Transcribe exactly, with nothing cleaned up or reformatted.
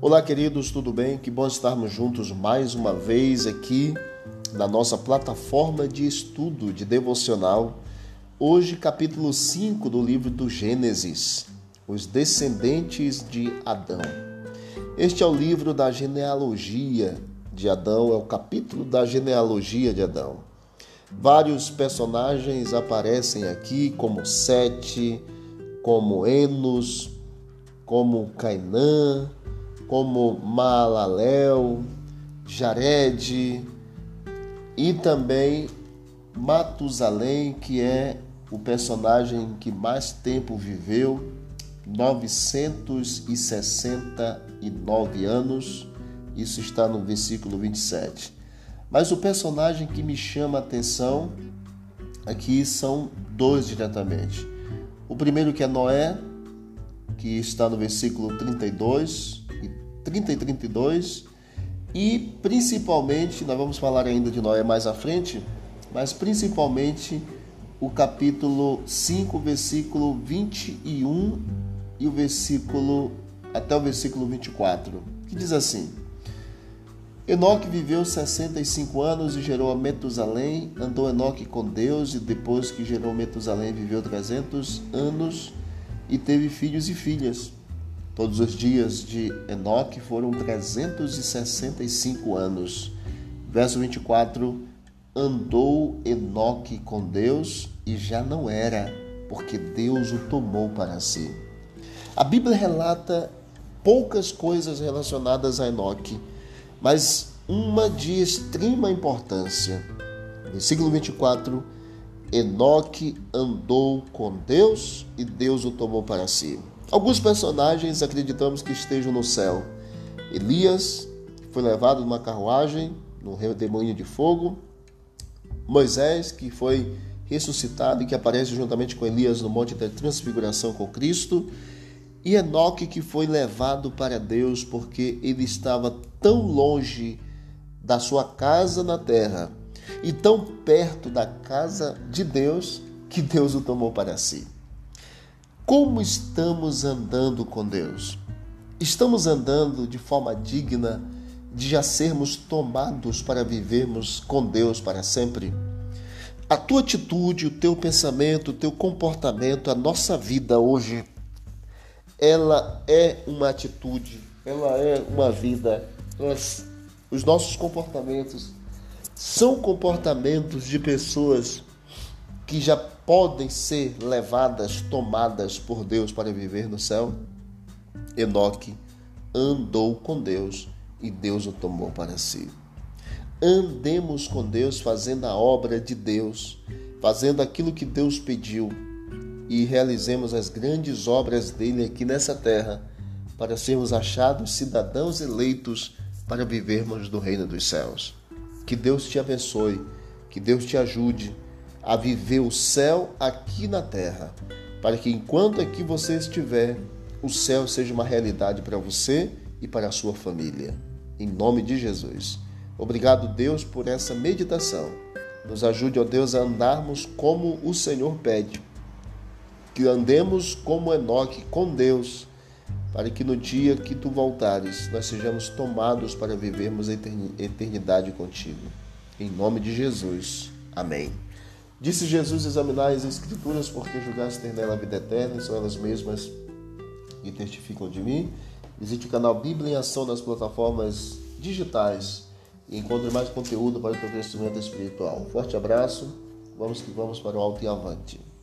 Olá, queridos, tudo bem? Que bom estarmos juntos mais uma vez aqui na nossa plataforma de estudo de devocional. Hoje, capítulo cinco do livro do Gênesis, os descendentes de Adão. Este é o livro da genealogia de Adão, é o capítulo da genealogia de Adão. Vários personagens aparecem aqui, como Sete, como Enos, como Cainã, como Maalalel, Jared e também Matusalém, que é o personagem que mais tempo viveu, novecentos e sessenta e nove anos. Isso está no versículo vinte e sete. Mas o personagem que me chama a atenção aqui são dois diretamente. O primeiro, que é Noé, que está no versículo trinta e dois e trinta e trinta e dois, e principalmente, nós vamos falar ainda de Noé mais à frente, mas principalmente o capítulo cinco, versículo vinte e um e o versículo até o versículo vinte e quatro, que diz assim: Enoque viveu sessenta e cinco anos e gerou a Metusalém. Andou Enoque com Deus, e depois que gerou Metusalém viveu trezentos anos e teve filhos e filhas. Todos os dias de Enoque foram trezentos e sessenta e cinco anos. Verso vinte e quatro: Andou Enoque com Deus e já não era, porque Deus o tomou para si. A Bíblia relata poucas coisas relacionadas a Enoque, mas uma de extrema importância. Versículo vinte e quatro: Enoque andou com Deus e Deus o tomou para si. Alguns personagens acreditamos que estejam no céu. Elias, que foi levado numa carruagem, num redemoinho de fogo. Moisés, que foi ressuscitado e que aparece juntamente com Elias no Monte da Transfiguração com Cristo. E Enoque, que foi levado para Deus porque ele estava tão longe da sua casa na terra e tão perto da casa de Deus que Deus o tomou para si. Como estamos andando com Deus? Estamos andando de forma digna de já sermos tomados para vivermos com Deus para sempre? A tua atitude, o teu pensamento, o teu comportamento, a nossa vida hoje, ela é uma atitude, ela é uma vida. Nós, os nossos comportamentos são comportamentos de pessoas que já podem ser levadas, tomadas por Deus para viver no céu. Enoque andou com Deus e Deus o tomou para si. Andemos com Deus fazendo a obra de Deus, fazendo aquilo que Deus pediu, e realizemos as grandes obras dele aqui nessa terra, para sermos achados cidadãos eleitos para vivermos no reino dos céus. Que Deus te abençoe, que Deus te ajude a viver o céu aqui na terra, para que enquanto aqui você estiver, o céu seja uma realidade para você e para a sua família. Em nome de Jesus. Obrigado, Deus, por essa meditação. Nos ajude, ó Deus, a andarmos como o Senhor pede. Que andemos como Enoque com Deus, para que no dia que tu voltares, nós sejamos tomados para vivermos a eternidade contigo. Em nome de Jesus. Amém. Disse Jesus: examinai as Escrituras, porque julgaste ter nela a vida eterna, e são elas mesmas que testificam de mim. Visite o canal Bíblia em Ação nas plataformas digitais e encontre mais conteúdo para o teu crescimento espiritual. Um forte abraço, vamos que vamos para o alto e avante.